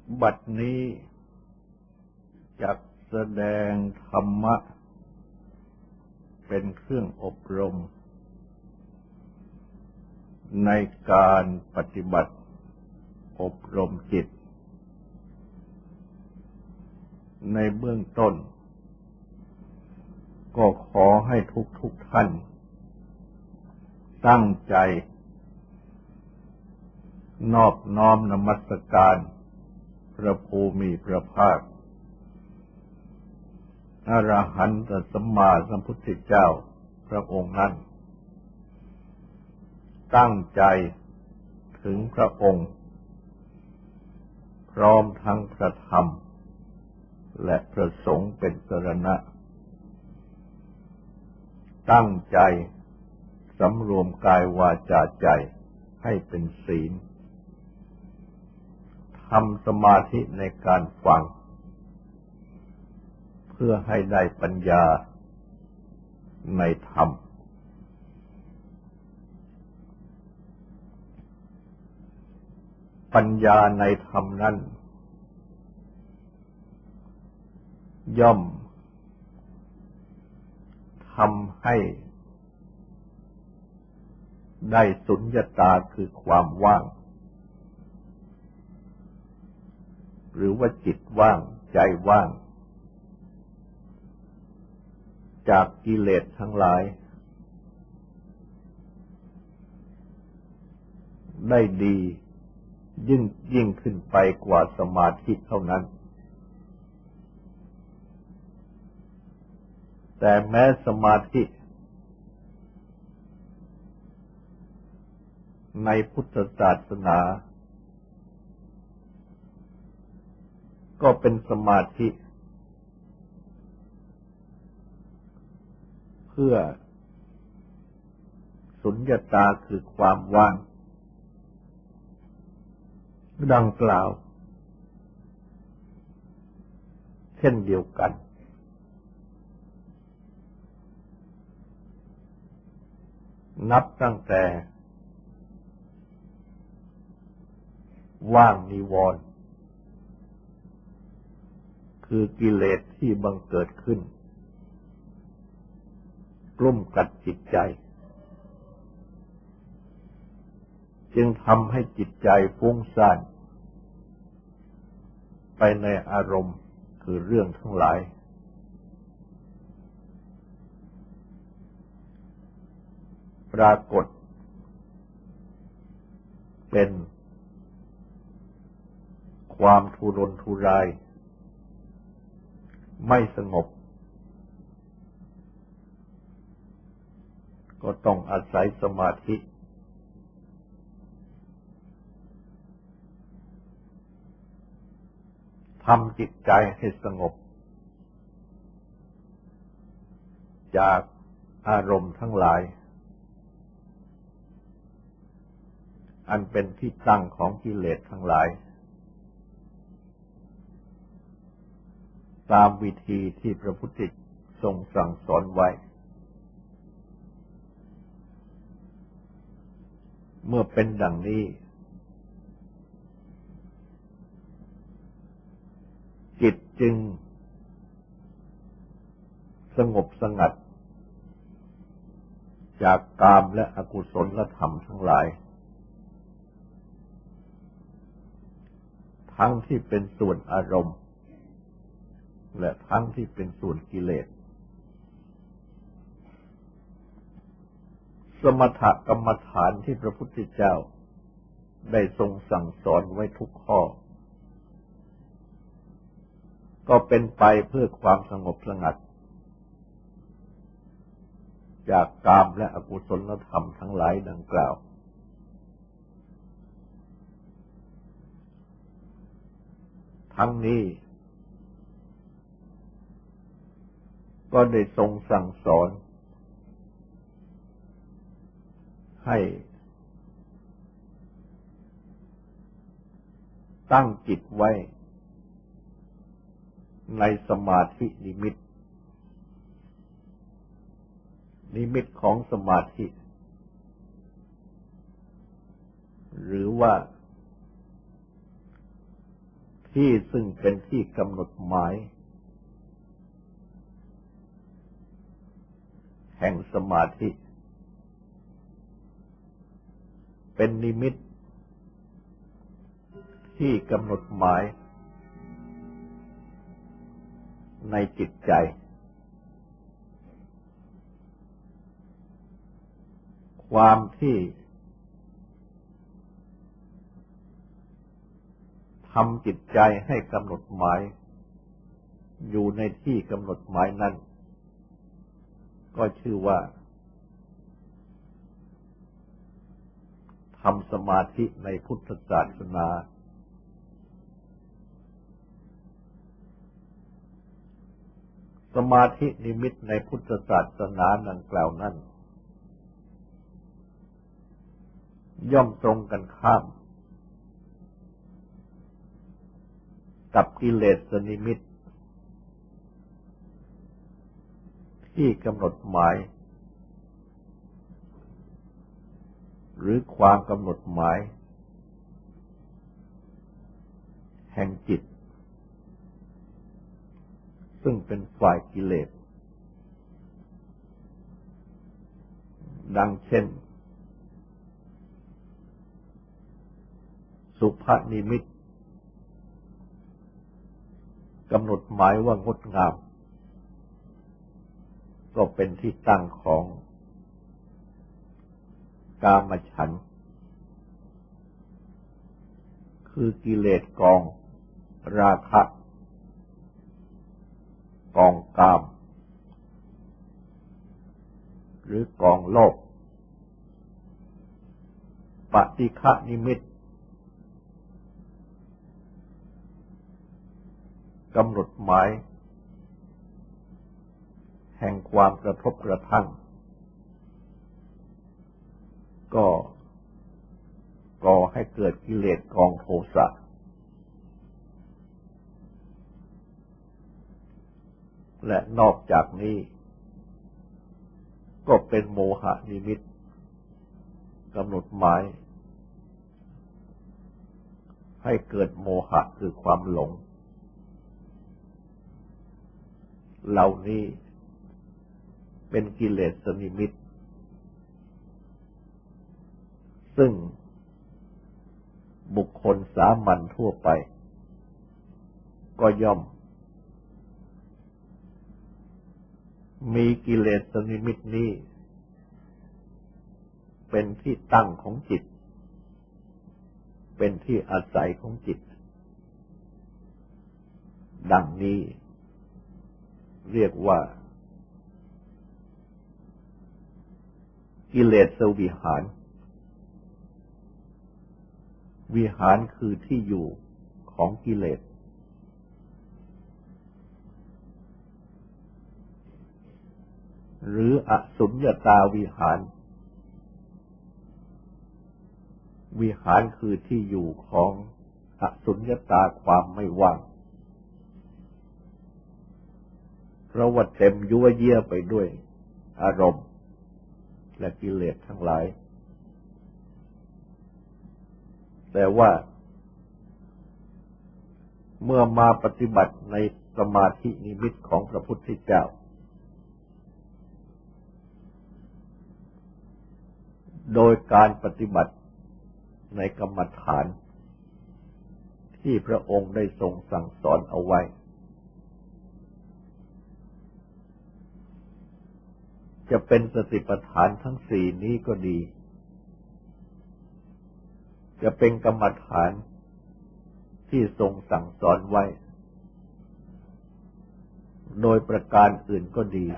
บัดนี้จักแสดงธรรมะเป็นเครื่องอบรมในการปฏิบัติอบรมจิตในเบื้องต้นก็ขอให้ทุกท่านตั้งใจนอบน้อมนมัสการพระภูมิพระภาคอรหันตสัมมาสัมพุทธเจ้าพระองค์นั้นตั้งใจถึงพระองค์พร้อมทั้งพระธรรมและพระสงฆ์เป็นสรณะตั้งใจสำรวมกายวาจาใจให้เป็นศีลทำสมาธิในการฟังเพื่อให้ได้ปัญญาในธรรมปัญญาในธรรมนั้นย่อมทำให้ได้สุญญตาคือความว่างหรือว่าจิตว่างใจว่างจากกิเลสทั้งหลายได้ดียิ่งขึ้นไปกว่าสมาธิเท่านั้นแต่แม้สมาธิในพุทธศาสนาก็เป็นสมาธิเพื่อสุญญตาคือความว่างดังกล่าวเช่นเดียวกันนับตั้งแต่ว่างนิวรณ์คือกิเลสที่บังเกิดขึ้นกลุ่มกัดจิตใจจึงทำให้จิตใจฟุ้งซ่านไปในอารมณ์คือเรื่องทั้งหลายปรากฏเป็นความทุรนทุรายไม่สงบก็ต้องอาศัยสมาธิทำจิตใจให้สงบจากอารมณ์ทั้งหลายอันเป็นที่ตั้งของกิเลสทั้งหลายตามวิธีที่พระพุทธเจ้าทรงสั่งสอนไว้เมื่อเป็นดังนี้จิตจึงสงบสงัดจากกามและอกุศลธรรมทั้งหลายทั้งที่เป็นส่วนอารมณ์และทั้งที่เป็นส่วนกิเลสสมถกรรมฐานที่พระพุทธเจ้าได้ทรงสั่งสอนไว้ทุกข้อก็เป็นไปเพื่อความสงบสงัดจากกามและอกุศลธรรมทั้งหลายดังกล่าวทั้งนี้ก็ได้ทรงสั่งสอนให้ตั้งจิตไว้ในสมาธินิมิตของสมาธิหรือว่าทที่ซึ่งเป็นที่กำหนดหมายแห่งสมาธิเป็นนิมิตที่กำหนดหมายในจิตใจความที่ทำจิตใจให้กำหนดหมายอยู่ในที่กำหนดหมายนั้นก็ชื่อว่าทำสมาธิในพุทธศาสนาสมาธินิมิตในพุทธศาสนาดังกล่าวนั้นย่อมตรงกันข้ามกับกิเลสนิมิตที่กำหนดหมายหรือความกำหนดหมายแห่งจิตซึ่งเป็นฝ่ายกิเลสดังเช่นสุภนิมิตกำหนดหมายว่างดงามก็เป็นที่ตั้งของกามฉันท์คือกิเลสกองราคะกองกามหรือกองโลภปฏิฆะนิมิตกำหนดหมายแห่งความกระทบกระทั่งก็ก่อให้เกิดกิเลสกองโทสะและนอกจากนี้ก็เป็นโมหะนิมิตกำหนดหมายให้เกิดโมหะคือความหลงเหล่านี้เป็นกิเลสนิมิตซึ่งบุคคลสามัญทั่วไปก็ย่อมมีกิเลสนิมิตนี้เป็นที่ตั้งของจิตเป็นที่อาศัยของจิตดังนี้เรียกว่ากิเลสวิหารวิหารคือที่อยู่ของกิเลสหรืออสุญญตาวิหารวิหารคือที่อยู่ของอสุญญตาความไม่ว่างเพราะว่าเต็มยั่วเยี่ยไปด้วยอารมณ์และกิเลสทั้งหลายแต่ว่าเมื่อมาปฏิบัติในสมาธินิมิตของพระพุทธเจ้าโดยการปฏิบัติในกรรมฐานที่พระองค์ได้ทรงสั่งสอนเอาไว้จะเป็นสติปัฏฐานทั้งสี่นี้ก็ดีจะเป็นกรรมฐานที่ทรงสั่งสอนไว้โดยประการอื่นก็ดี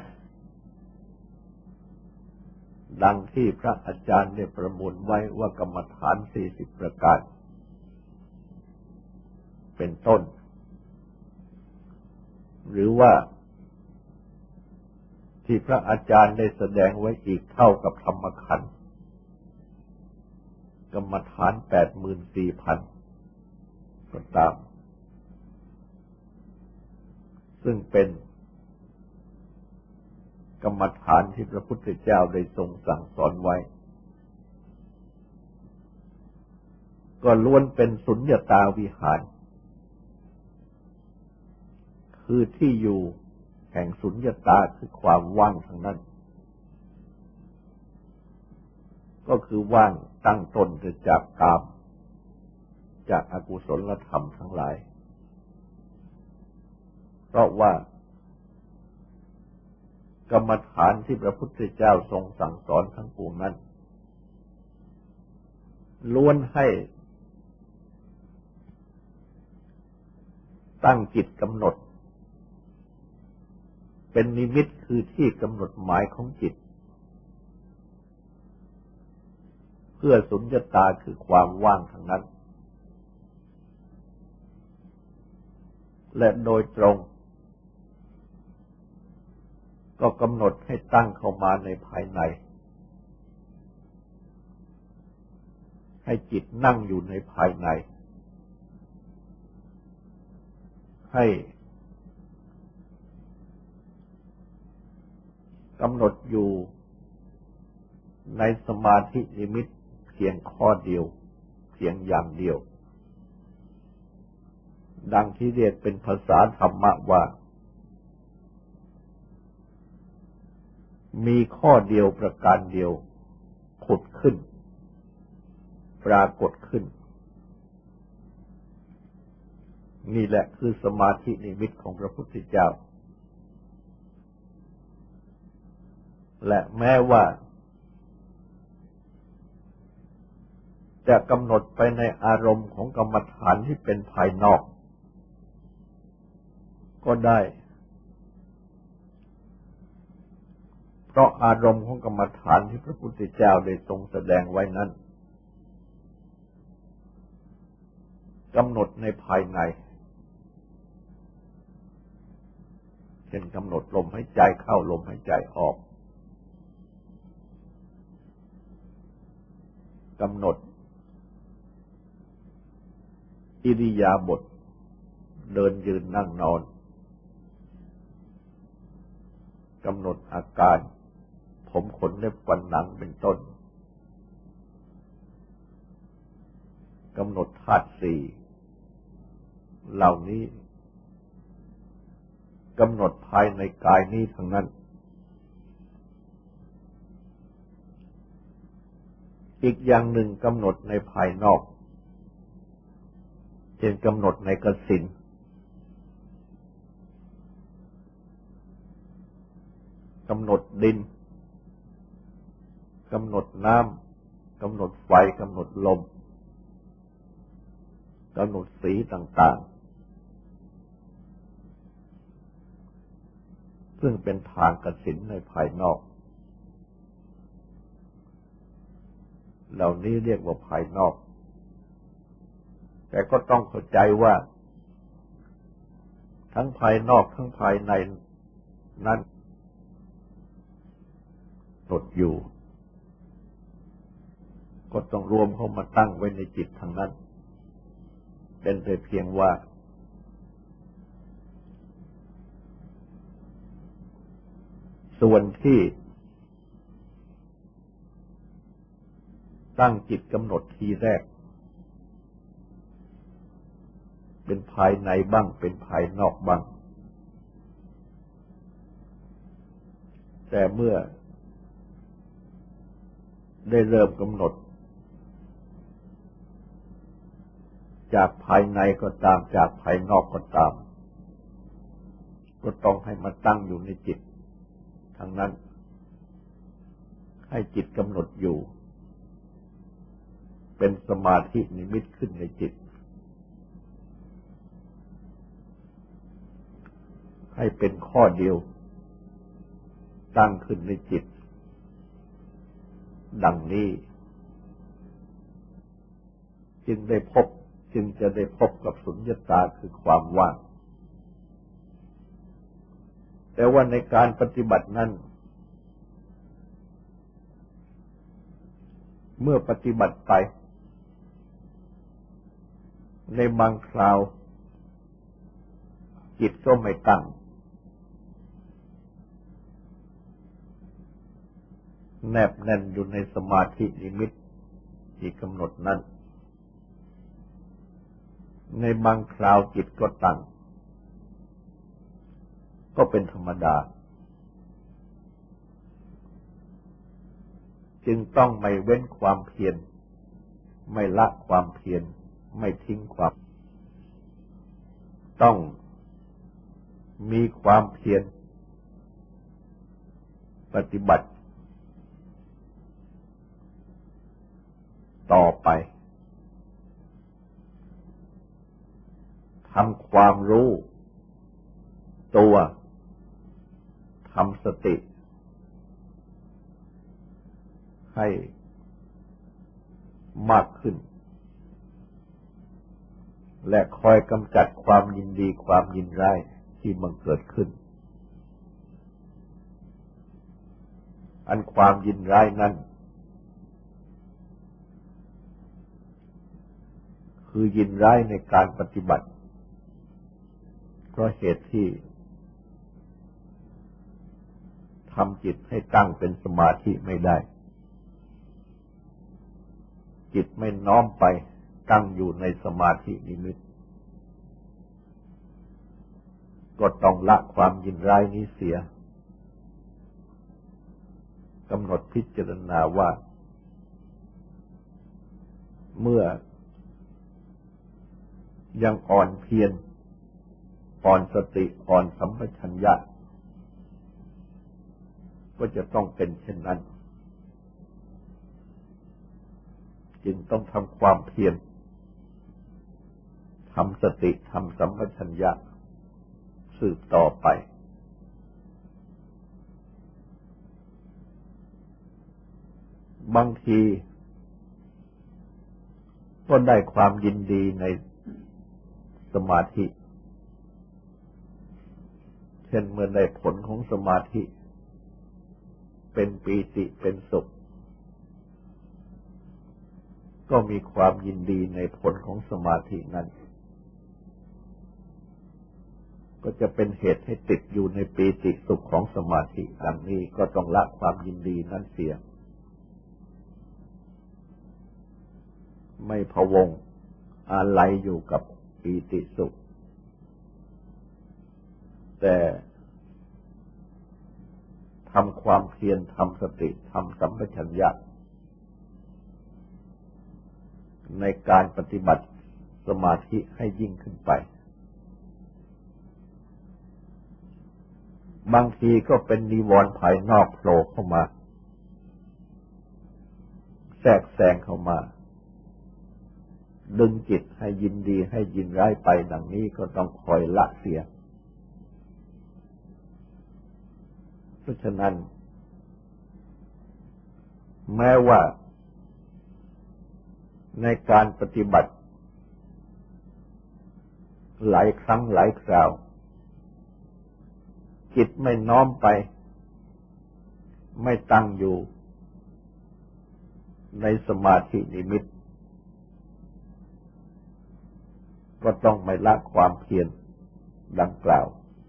ดังที่พระอาจารย์ได้ประมวลไว้ว่ากรรมฐาน40ประการเป็นต้นหรือว่าที่พระอาจารย์ได้แสดงไว้อีกเท่ากับธรรมขันธ์กรรมฐาน 84,000 ก็ตามซึ่งเป็นกรรมฐานที่พระพุทธเจ้าได้ทรงสั่งสอนไว้ก็ล้วนเป็นสุญญตาวิหารคือที่อยู่แห่งสุญญตาคือความว่างทั้งนั้นก็คือว่างตั้งต้นจากกามจากอกุศลธรรมทั้งหลายเพราะว่ากรรมฐานที่พระพุทธเจ้าทรงสั่งสอนทั้งปวงนั้นล้วนให้ตั้งจิตกำหนดเป็นนิมิตคือที่กำหนดหมายของจิตเพื่อสุญญตาคือความว่างทั้งนั้นและโดยตรงก็กำหนดให้ตั้งเข้ามาในภายในให้จิตนั่งอยู่ในภายในให้กำหนดอยู่ในสมาธินิมิตเพียงข้อเดียวเพียงอย่างเดียวดังที่เรียกเป็นภาษาธรรมะว่ามีข้อเดียวประการเดียวผุดขึ้นปรากฏขึ้นนี่แหละคือสมาธินิมิตของพระพุทธเจ้าและแม้ว่าจะกำหนดไปในอารมณ์ของกรรมฐานที่เป็นภายนอกก็ได้เพราะอารมณ์ของกรรมฐานที่พระพุทธเจ้าได้ทรงแสดงไว้นั้นกำหนดในภายในเช่นกำหนดลมหายใจเข้าลมหายใจออกกำหนดอิริยาบถเดินยืนนั่งนอนกำหนดอาการผมขนเล็บฟันหนังเป็นต้นกำหนดธาตุสี่เหล่านี้กำหนดภายในกายนี้ทั้งนั้นอีกอย่างหนึ่งกำหนดในภายนอกเช่นกำหนดในกสิณกำหนดดินกำหนดน้ำกำหนดไฟกำหนดลมกำหนดสีต่างๆซึ่งเป็นทางกสิณในภายนอกเหล่านี้เรียกว่าภายนอกแต่ก็ต้องเข้าใจว่าทั้งภายนอกทั้งภายในนั้นตดอยู่ก็ต้องรวมเข้ามาตั้งไว้ในจิตทั้งนั้นเป็นแต่เพียงว่าส่วนที่ตั้งจิตกำหนดทีแรกเป็นภายในบ้างเป็นภายนอกบ้างแต่เมื่อได้เริ่มกำหนดจากภายในก็ตามจากภายนอกก็ตามก็ต้องให้มาตั้งอยู่ในจิตทั้งนั้นให้จิตกำหนดอยู่เป็นสมาธินิมิตขึ้นในจิตให้เป็นข้อเดียวตั้งขึ้นในจิตดังนี้จึงจะได้พบกับสุญญตาคือความว่างแต่ว่าในการปฏิบัตินั้นเมื่อปฏิบัติไปในบางคราวจิตก็ไม่ตั้งแนบแน่นอยู่ในสมาธินิมิตที่กำหนดนั้นในบางคราวจิตก็ตั้งก็เป็นธรรมดาจึงต้องไม่เว้นความเพียรไม่ละความเพียรไม่ทิ้งความต้องมีความเพียรปฏิบัติต่อไปทำความรู้ตัวทำสติให้มากขึ้นและคอยกำจัดความยินดีความยินร้ายที่มันเกิดขึ้นอันความยินร้ายนั้นคือยินร้ายในการปฏิบัติเพราะเหตุที่ทำจิตให้ตั้งเป็นสมาธิไม่ได้จิตไม่น้อมไปตั้งอยู่ในสมาธินิมิตก็ต้องละความยินร้ายนี้เสียกำหนดพิจารณาว่าเมื่อยังอ่อนเพียรอ่อนสติอ่อนสัมปชัญญะก็จะต้องเป็นเช่นนั้นจึงต้องทำความเพียรทำสติทำสัมปชัญญะสืบต่อไปบางทีก็ได้ความยินดีในสมาธิเช่นเมื่อได้ผลของสมาธิเป็นปีติเป็นสุขก็มีความยินดีในผลของสมาธินั้นก็จะเป็นเหตุให้ติดอยู่ในปีติสุขของสมาธิดังนี้ก็ต้องละความยินดีนั้นเสียไม่พะวงอาลัยอยู่กับปีติสุขแต่ทำความเพียรทำสติทำสัมปชัญญะในการปฏิบัติสมาธิให้ยิ่งขึ้นไปบางทีก็เป็นนิวรณ์ภายนอกโผล่เข้ามาแทรกแซงเข้ามาดึงจิตให้ยินดีให้ยินร้ายไปดังนี้ก็ต้องคอยละเสียเพราะฉะนั้นแม้ว่าในการปฏิบัติหลายครั้งหลายคราวจิตไม่น้อมไปไม่ตั้งอยู่ในสมาธินิมิตก็ต้องไม่ละความเพียรดังกล่าว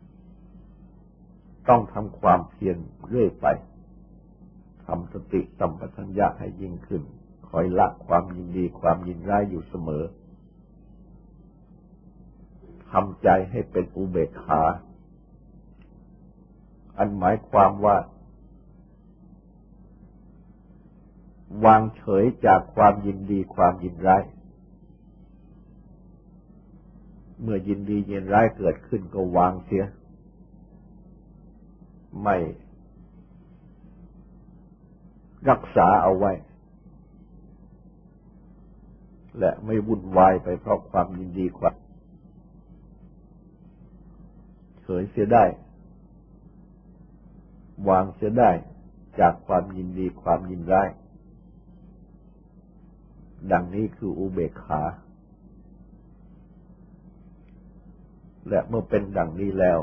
ต้องทำความเพียรเรื่อยไปทำสติสัมปชัญญะให้ยิ่งขึ้นคอยละความยินดีความยินร้ายอยู่เสมอทำใจให้เป็นอุเบกขาอันหมายความว่าวางเฉยจากความยินดีความยินร้ายเมื่อยินดียินร้ายเกิดขึ้นก็วางเสียไม่รักษาเอาไว้และไม่วุ่นวายไปเพราะความยินดีความเฉยเสียได้วางเสียได้จากความยินดีความยินร้ายดังนี้คืออุเบกขาและเมื่อเป็นดังนี้แล้ว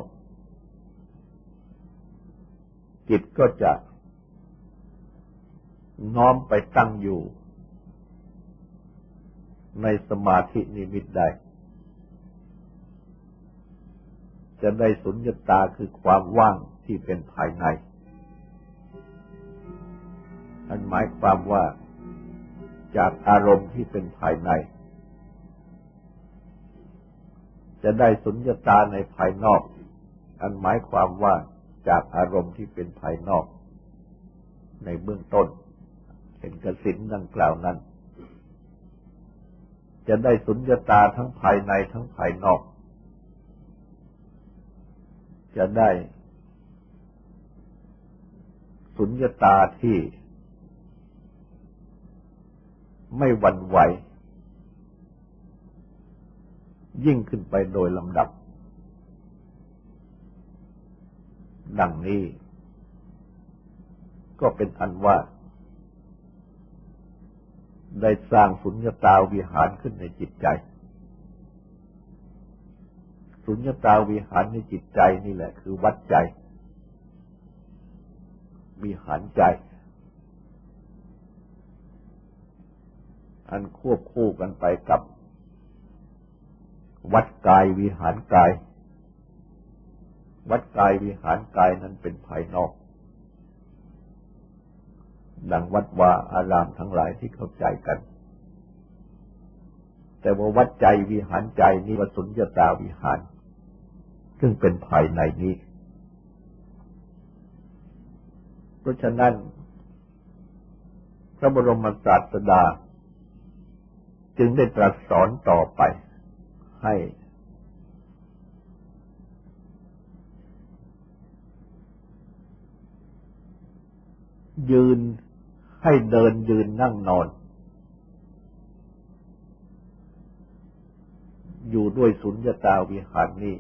จิตก็จะน้อมไปตั้งอยู่ในสมาธินิมิตได้จะได้สุญญตาคือความว่างที่เป็นภายในอันหมายความว่าจากอารมณ์ที่เป็นภายในจะได้สุญญตาในภายนอกอันหมายความว่าจากอารมณ์ที่เป็นภายนอกในเบื้องต้นเห็นกสิณดังกล่าวนั้นจะได้สุญญตาทั้งภายในทั้งภายนอกจะได้สุญญตาที่ไม่หวั่นไหวยิ่งขึ้นไปโดยลำดับดังนี้ก็เป็นอันว่าได้สร้างสุญญตาวิหารขึ้นในจิตใจสุญญตาวิหารในจิตใจนี่แหละคือวัดใจวิหารใจอันควบคู่กันไปกับวัดกายวิหารกายวัดกายวิหารกายนั้นเป็นภายนอกดังวัดวาอารามทั้งหลายที่เข้าใจกันแต่ว่าวัดใจวิหารใจนี่ว่าสุญญตาวิหารซึ่งเป็นภายในนี้เพราะฉะนั้นพระบรมศาสดาจึงได้ตรัสสอนต่อไปให้ยืนให้เดินยืนนั่งนอนอยู่ด้วยสุญญตาวิหารนี้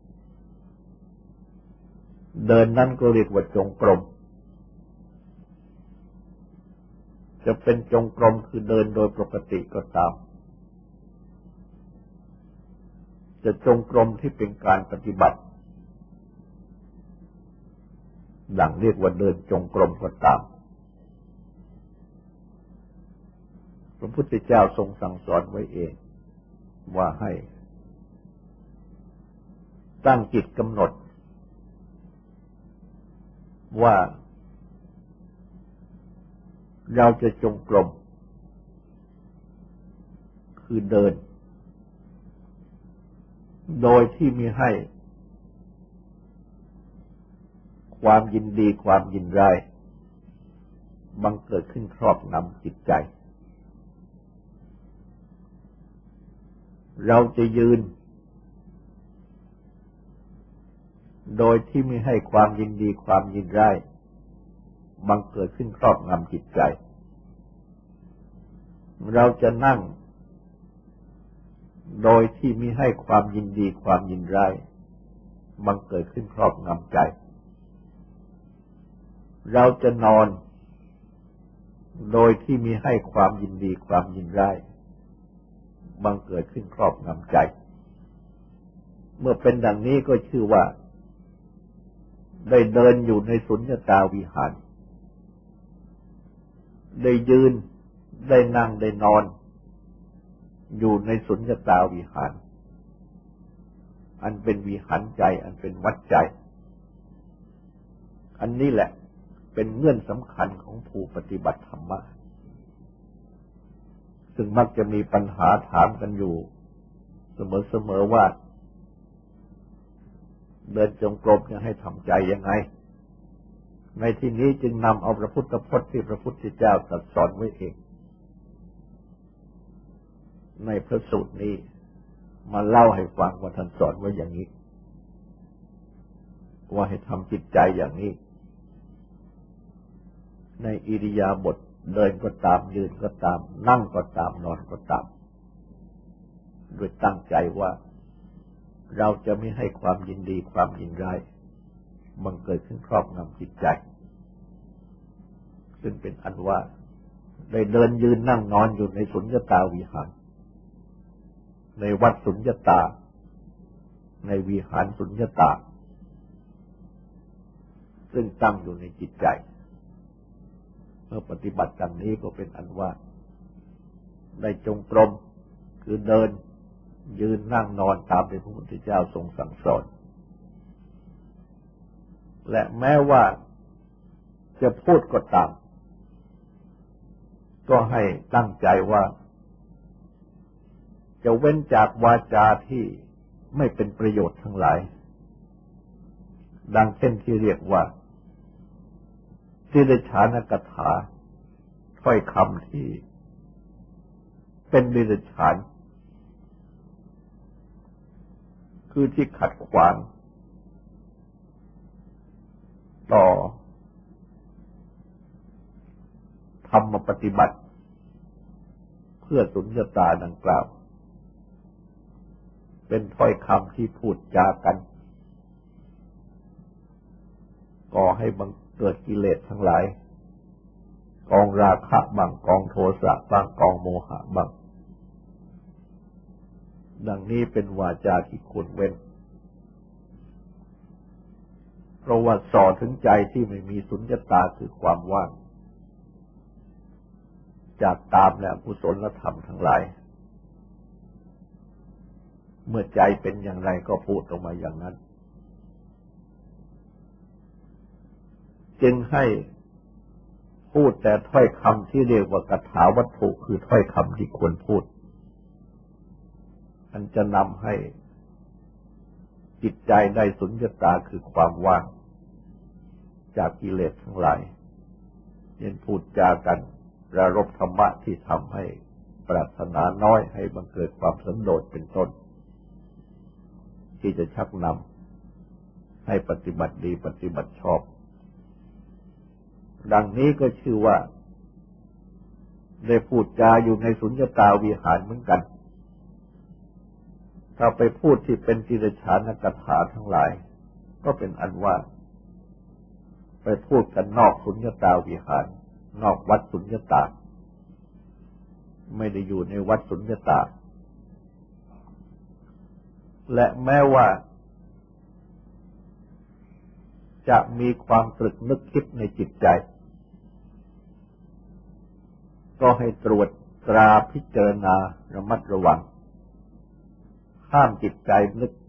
เดินนั่นก็เรียกว่าจงกรมจะเป็นจงกรมคือเดินโดยปกติก็ตามจะจงกรมที่เป็นการปฏิบัติดังเรียกว่าเดินจงกรมก็ตามพระพุทธเจ้าทรงสั่งสอนไว้เองว่าให้ตั้งจิตกำหนดว่าเราจะจงกรมคือเดินโดยที่มีให้ความยินดีความยินร้ายบังเกิดขึ้นครอบงำจิตใจเราจะยืนโดยที่ไม่ให้ความยินดีความยินร้ายบังเกิดขึ้นครอบงำจิตใจเราจะนั่งโดยที่มิให้ความยินดีความยินร้ายบังเกิดขึ้นครอบงำใจเราจะนอนโดยที่มิให้ความยินดีความยินร้ายบังเกิดขึ้นครอบงำใจเมื่อเป็นดังนี้ก็ชื่อว่าได้เดินอยู่ในสุญญตาวิหารได้ยืนได้นั่งได้นอนอยู่ในสุญญตาวิหารอันเป็นวิหารใจอันเป็นวัดใจอันนี้แหละเป็นเงื่อนสำคัญของผู้ปฏิบัติธรรมะซึ่งมักจะมีปัญหาถามกันอยู่เสมอๆว่าเดินจงกรมจะให้ทำใจยังไงในที่นี้จึงนำเอาพระพุทธพจน์ที่พระพุทธเจ้าตรัสสอนไว้เองในพระสูตรนี้มาเล่าให้ฟังว่าท่านสอนไว้อย่างนี้ว่าให้ทำจิตใจอย่างนี้ในอิริยาบถเดินก็ตามยืนก็ตามนั่งก็ตามนอนก็ตามโดยตั้งใจว่าเราจะไม่ให้ความยินดีความยินร้ายบังเกิดขึ้นครอบงำจิตใจซึ่งเป็นอันว่าได้เดินยืนนั่งนอนอยู่ในสุญญตาวิหารในวัดสุญญตาในวิหารสุญญตาซึ่งตั้งอยู่ในจิตใจเมื่อปฏิบัติดังนี้ก็เป็นอันว่าได้จงกรมคือเดินยืนนั่งนอนตามที่พระพุทธเจ้าทรงสั่งสอนและแม้ว่าจะพูดก็ตามก็ให้ตั้งใจว่าจะเว้นจากวาจาที่ไม่เป็นประโยชน์ทั้งหลายดังเช่นที่เรียกว่าทิฏฐานกถาถ้อยคำที่เป็นดิเรกชันคือที่ขัดขวางต่อธรรมปฏิบัติเพื่อสุญญตาดังกล่าวเป็นถ้อยคำที่พูดจากันก่อให้บังเกิดกิเลสทั้งหลายกองราคะบ้างกองโทสะบ้างกองโมหะบ้างดังนี้เป็นวาจาที่ควรเว้นเพราะว่าส่อถึงใจที่ไม่มีสุญญตาคือความว่างจากกามและอกุศลธรรมทั้งหลายเมื่อใจเป็นอย่างไรก็พูดออกมาอย่างนั้นจึงให้พูดแต่ถ้อยคำที่เรียกว่ากถาวัตถุคือถ้อยคำที่ควรพูดอันจะนำให้จิตใจได้สุญญตาคือความว่างจากกิเลสทั้งหลายเช่นพูดจากันประรบธรรมะที่ทำให้ปรารถนาน้อยให้บังเกิดความสันโดษเป็นต้นที่จะชักนำให้ปฏิบัติดีปฏิบัติชอบดังนี้ก็ชื่อว่าได้พูดจาอยู่ในสุญญตาวิหารเหมือนกันถ้าไปพูดที่เป็นทิฏฐานกถาทั้งหลายก็เป็นอันว่าไปพูดกันนอกสุญญตาวิหารนอกวัดสุญญตาไม่ได้อยู่ในวัดสุญญตาและแม้ว่าจะมีความตรึกนึกคิดในจิตใจก็ให้ตรวจตราพิจารณาระมัดระวังห้ามจิตใจนึก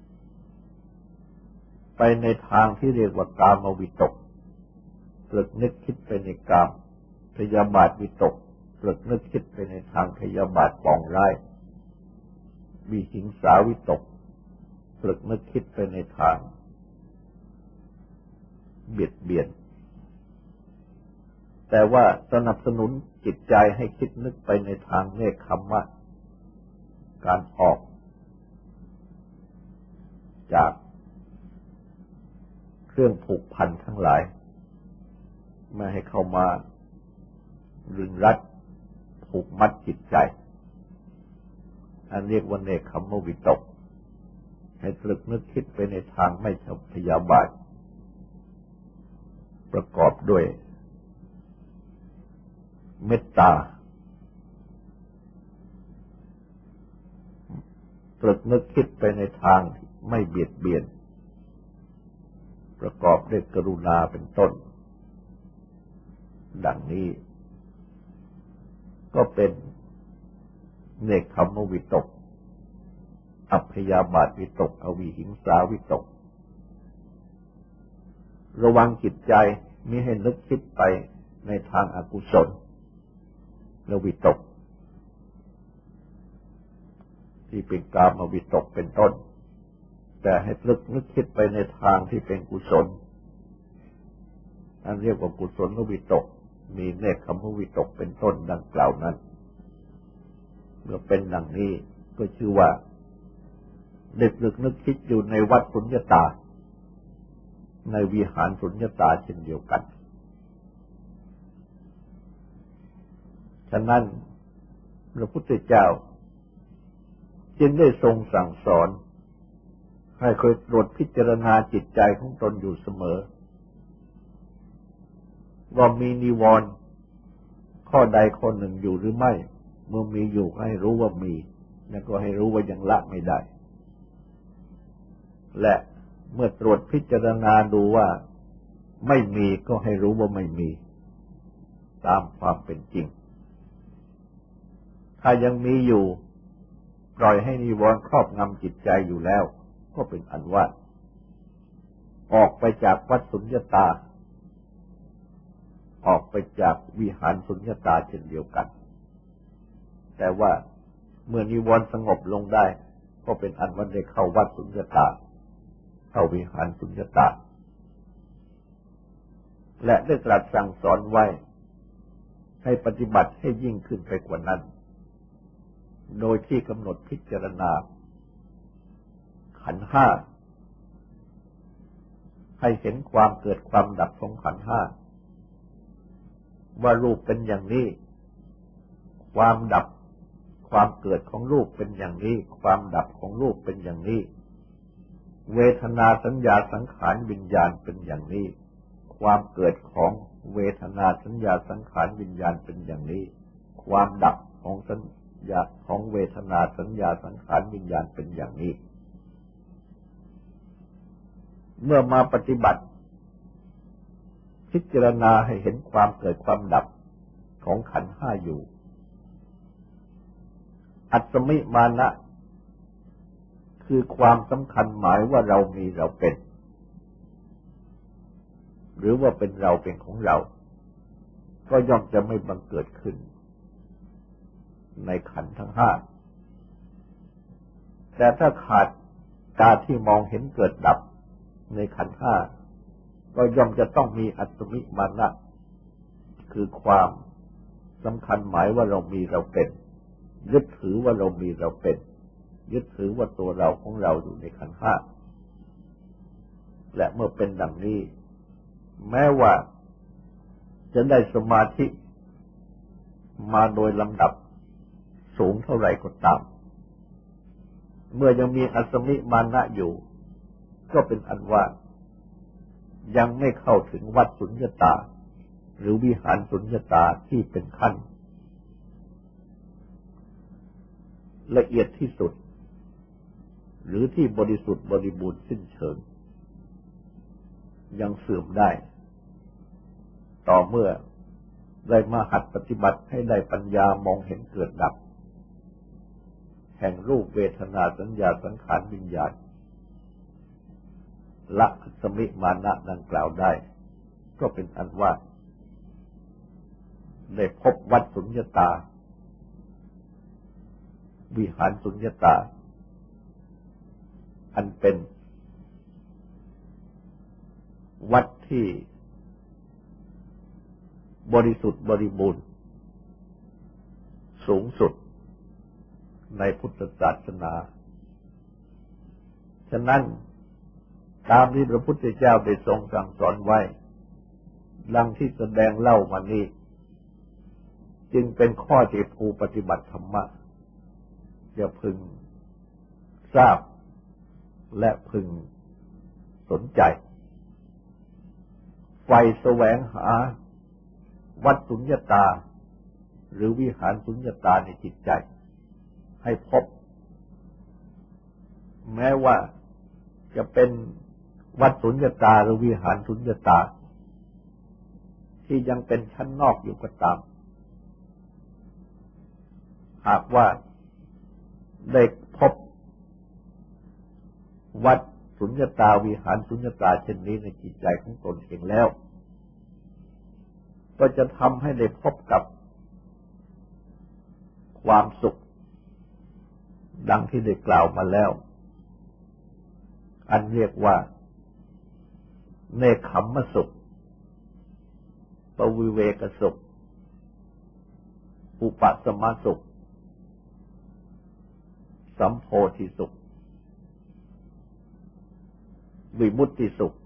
ไปในทางที่เรียกว่ากามวิตกตรึกนึกคิดไปในกามพยาบาทวิตกตรึกนึกคิดไปในทางพยาบาทปองร้ายวิหิงสาวิตกตรึกนึกคิดไปในทางเบียดเบียนแต่ว่าสนับสนุนจิตใจให้คิดนึกไปในทางเนกขัมมะการออกจากเครื่องผูกพันทั้งหลายไม่ให้เข้ามารึงรัดผูกมัดจิตใจอันเรียกว่าเนกขัมมวิตกให้ตรึกนึกคิดไปในทางไม่พยาบาทประกอบด้วยเมตตาตรึกนึกคิดไปในทางไม่เบียดเบียนประกอบด้วยกรุณาเป็นต้นดังนี้ก็เป็นเนกขัมมวิตกอัพยาบาทวิตกอวิหิงสาวิตกระวังจิตใจมิให้นึกคิดไปในทางอกุศลและวิตกที่เป็นกามวิตกเป็นต้นแต่ให้ตรึกนึกคิดไปในทางที่เป็นกุศลอันเรียกว่ากุศลวิตกมีเนกขัมมวิตกเป็นต้นดังกล่าวนั้นเมื่อเป็นดังนี้ก็ชื่อว่าได้ตรึกนึกคิดอยู่ในวัดสุญญตาในวิหารสุญญตาเช่นเดียวกันฉะนั้นพระพุทธเจ้าจึงได้ทรงสั่งสอนให้คอยตรวจพิจารณาจิตใจของตนอยู่เสมอว่ามีนิวรณ์ข้อใดข้อหนึ่งอยู่หรือไม่เมื่อมีอยู่ให้รู้ว่ามีแล้วก็ให้รู้ว่ายังละไม่ได้และเมื่อตรวจพิจารณาดูว่าไม่มีก็ให้รู้ว่าไม่มีตามความเป็นจริงถ้ายังมีอยู่ปล่อยให้นิวรณ์ครอบงำจิตใจอยู่แล้วก็เป็นอันว่าออกไปจากวัดสุญญตาออกไปจากวิหารสุญญตาเช่นเดียวกันแต่ว่าเมื่อนิวรณ์สงบลงได้ก็เป็นอันว่าได้เข้าวัดสุญญตาเข้าวิหารสุญญตาและได้ตรัสสั่งสอนไว้ให้ปฏิบัติให้ยิ่งขึ้นไปกว่านั้นโดยที่กำหนดพิจารณาขันธ์ห้าให้เห็นความเกิดความดับของขันธ์ห้าว่ารูปเป็นอย่างนี้ความดับความเกิดของรูปเป็นอย่างนี้ความดับของรูปเป็นอย่างนี้เวทนาสัญญาสังขารวิญญาณเป็นอย่างนี้ความเกิดของเวทนาสัญญาสังขารวิญญาณเป็นอย่างนี้ความดับของสัญญาของเวทนาสัญญาสังขารวิญญาณเป็นอย่างนี้เมื่อมาปฏิบัติพิจารณาให้เห็นความเกิดความดับของขันธ์ห้าอยู่อัตมิมานะคือความสำคัญหมายว่าเรามีเราเป็นหรือว่าเป็นเราเป็นของเราก็ย่อมจะไม่บังเกิดขึ้นในขันธ์ทั้งห้าแต่ถ้าขาดการที่มองเห็นเกิดดับในขันธ์ห้าก็ย่อมจะต้องมีอัตมิมานะคือความสำคัญหมายว่าเรามีเราเป็นยึดถือว่าเรามีเราเป็นยึดถือว่าตัวเราของเราอยู่ในขันธ์ห้าและเมื่อเป็นดังนี้แม้ว่าจะได้สมาธิมาโดยลำดับสูงเท่าไหร่ก็ตามเมื่อยังมีอัตมิมานะอยู่ก็เป็นอันว่ายังไม่เข้าถึงวัฏสุญญตาหรือวิหารสุญญตาที่เป็นขั้นละเอียดที่สุดหรือที่บริสุทธิ์บริบูรณ์สิ้นเชิงยังเสื่อมได้ต่อเมื่อได้มาหัดปฏิบัติให้ได้ปัญญามองเห็นเกิดดับแห่งรูปเวทนาสัญญาสังขารวิญญาณละอัตมิมานะดังกล่าวได้ก็เป็นอันว่าได้พบวัฏสุญญตาวิหารสุญญตาอันเป็นวัดที่บริสุทธิ์บริบูรณ์สูงสุดในพุทธศาสนาฉะนั้นตามที่พระพุทธเจ้าได้ทรงสั่งสอนไว้ดังที่แสดงเล่ามานี้จึงเป็นข้อที่ผู้ปฏิบัติธรรมะจะพึงทราบและพึงสนใจไฟแสวงหาวัฏสุญญตาหรือวิหารสุญญตาในจิตใจให้พบแม้ว่าจะเป็นวัฏสุญญตาหรือวิหารสุญญตาที่ยังเป็นชั้นนอกอยู่ก็ตามหากว่าได้พบวัฏสุญญตาวิหารสุญญตาเช่นนี้ในจิตใจของตนเองแล้วก็จะทำให้ได้พบกับความสุขดังที่ได้กล่าวมาแล้วอันเรียกว่าเนคขมมสุขปวิเวกสุขอุปสัมมสุขสัมโพธิสุขวิมุตติสุข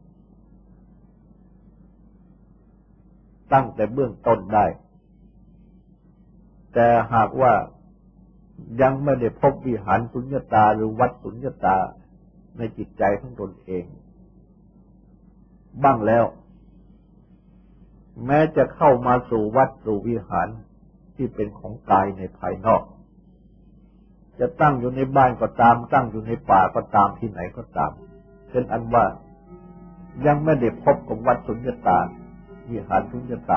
ตั้งแต่เบื้องต้นได้แต่หากว่ายังไม่ได้พบวิหารสุญญตาหรือวัฏสุญญตาในจิตใจของตนเองบ้างแล้วแม้จะเข้ามาสู่วัดสู่วิหารที่เป็นของกายในภายนอกจะตั้งอยู่ในบ้านก็ตามตั้งอยู่ในป่าก็ตามที่ไหนก็ตามเป็นอันว่ายังไม่ได้พบกับวัฏสุญญตาวิหารสุญญตา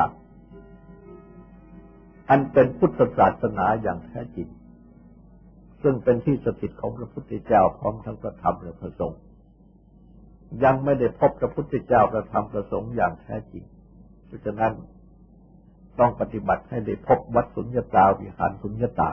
อันเป็นพุทธศาสนาอย่างแท้จริงซึ่งเป็นที่สถิตของพระพุทธเจ้าพร้อมทั้งพระธรรมและพระสงฆ์ยังไม่ได้พบพระพุทธเจ้าพระธรรมพระสงฆ์อย่างแท้จริงเพราะฉะนั้นต้องปฏิบัติให้ได้พบวัฏสุญญตาวิหารสุญญตา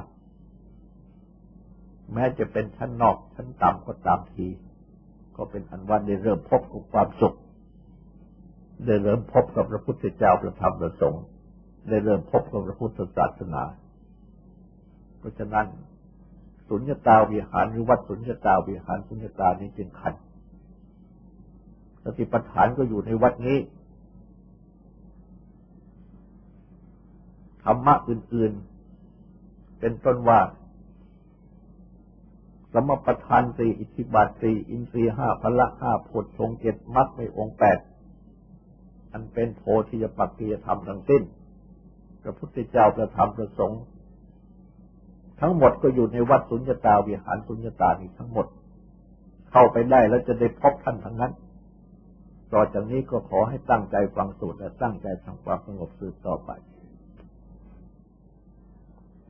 แม้จะเป็นชั้นนอกชั้นต่ำก็ตามทีก็เป็นอันว่าได้เริ่มพบกับความสุขได้เริ่มพบกับพระพุทธเจ้าพระธรรมพระสงฆ์ได้เริ่มพบกับพระพุทธศาสนาเพราะฉะนั้นสุญญตาวิหารหรือวัดสุญญตาวิหารสุญญตานี้จึงขันสติปัฏฐานก็อยู่ในวัดนี้ธรรมะอื่นๆเป็นต้นว่าสมปทานสี่อิทธิบาทสี่อินทรีย์ห้าพละห้าโพชฌงค์เจ็ดมรรคในองค์แปดอันเป็นโพธิยปักขิยธรรมทั้งสิ้นพระพุทธเจ้าพระธรรมพระสงฆ์ทั้งหมดก็อยู่ในวัดสุญญตาวิหารสุญญตานี้ทั้งหมดเข้าไปได้แล้วจะได้พบท่านทั้งนั้นต่อจากนี้ก็ขอให้ตั้งใจฟังสูตรและตั้งใจทำความสงบสืบต่อไป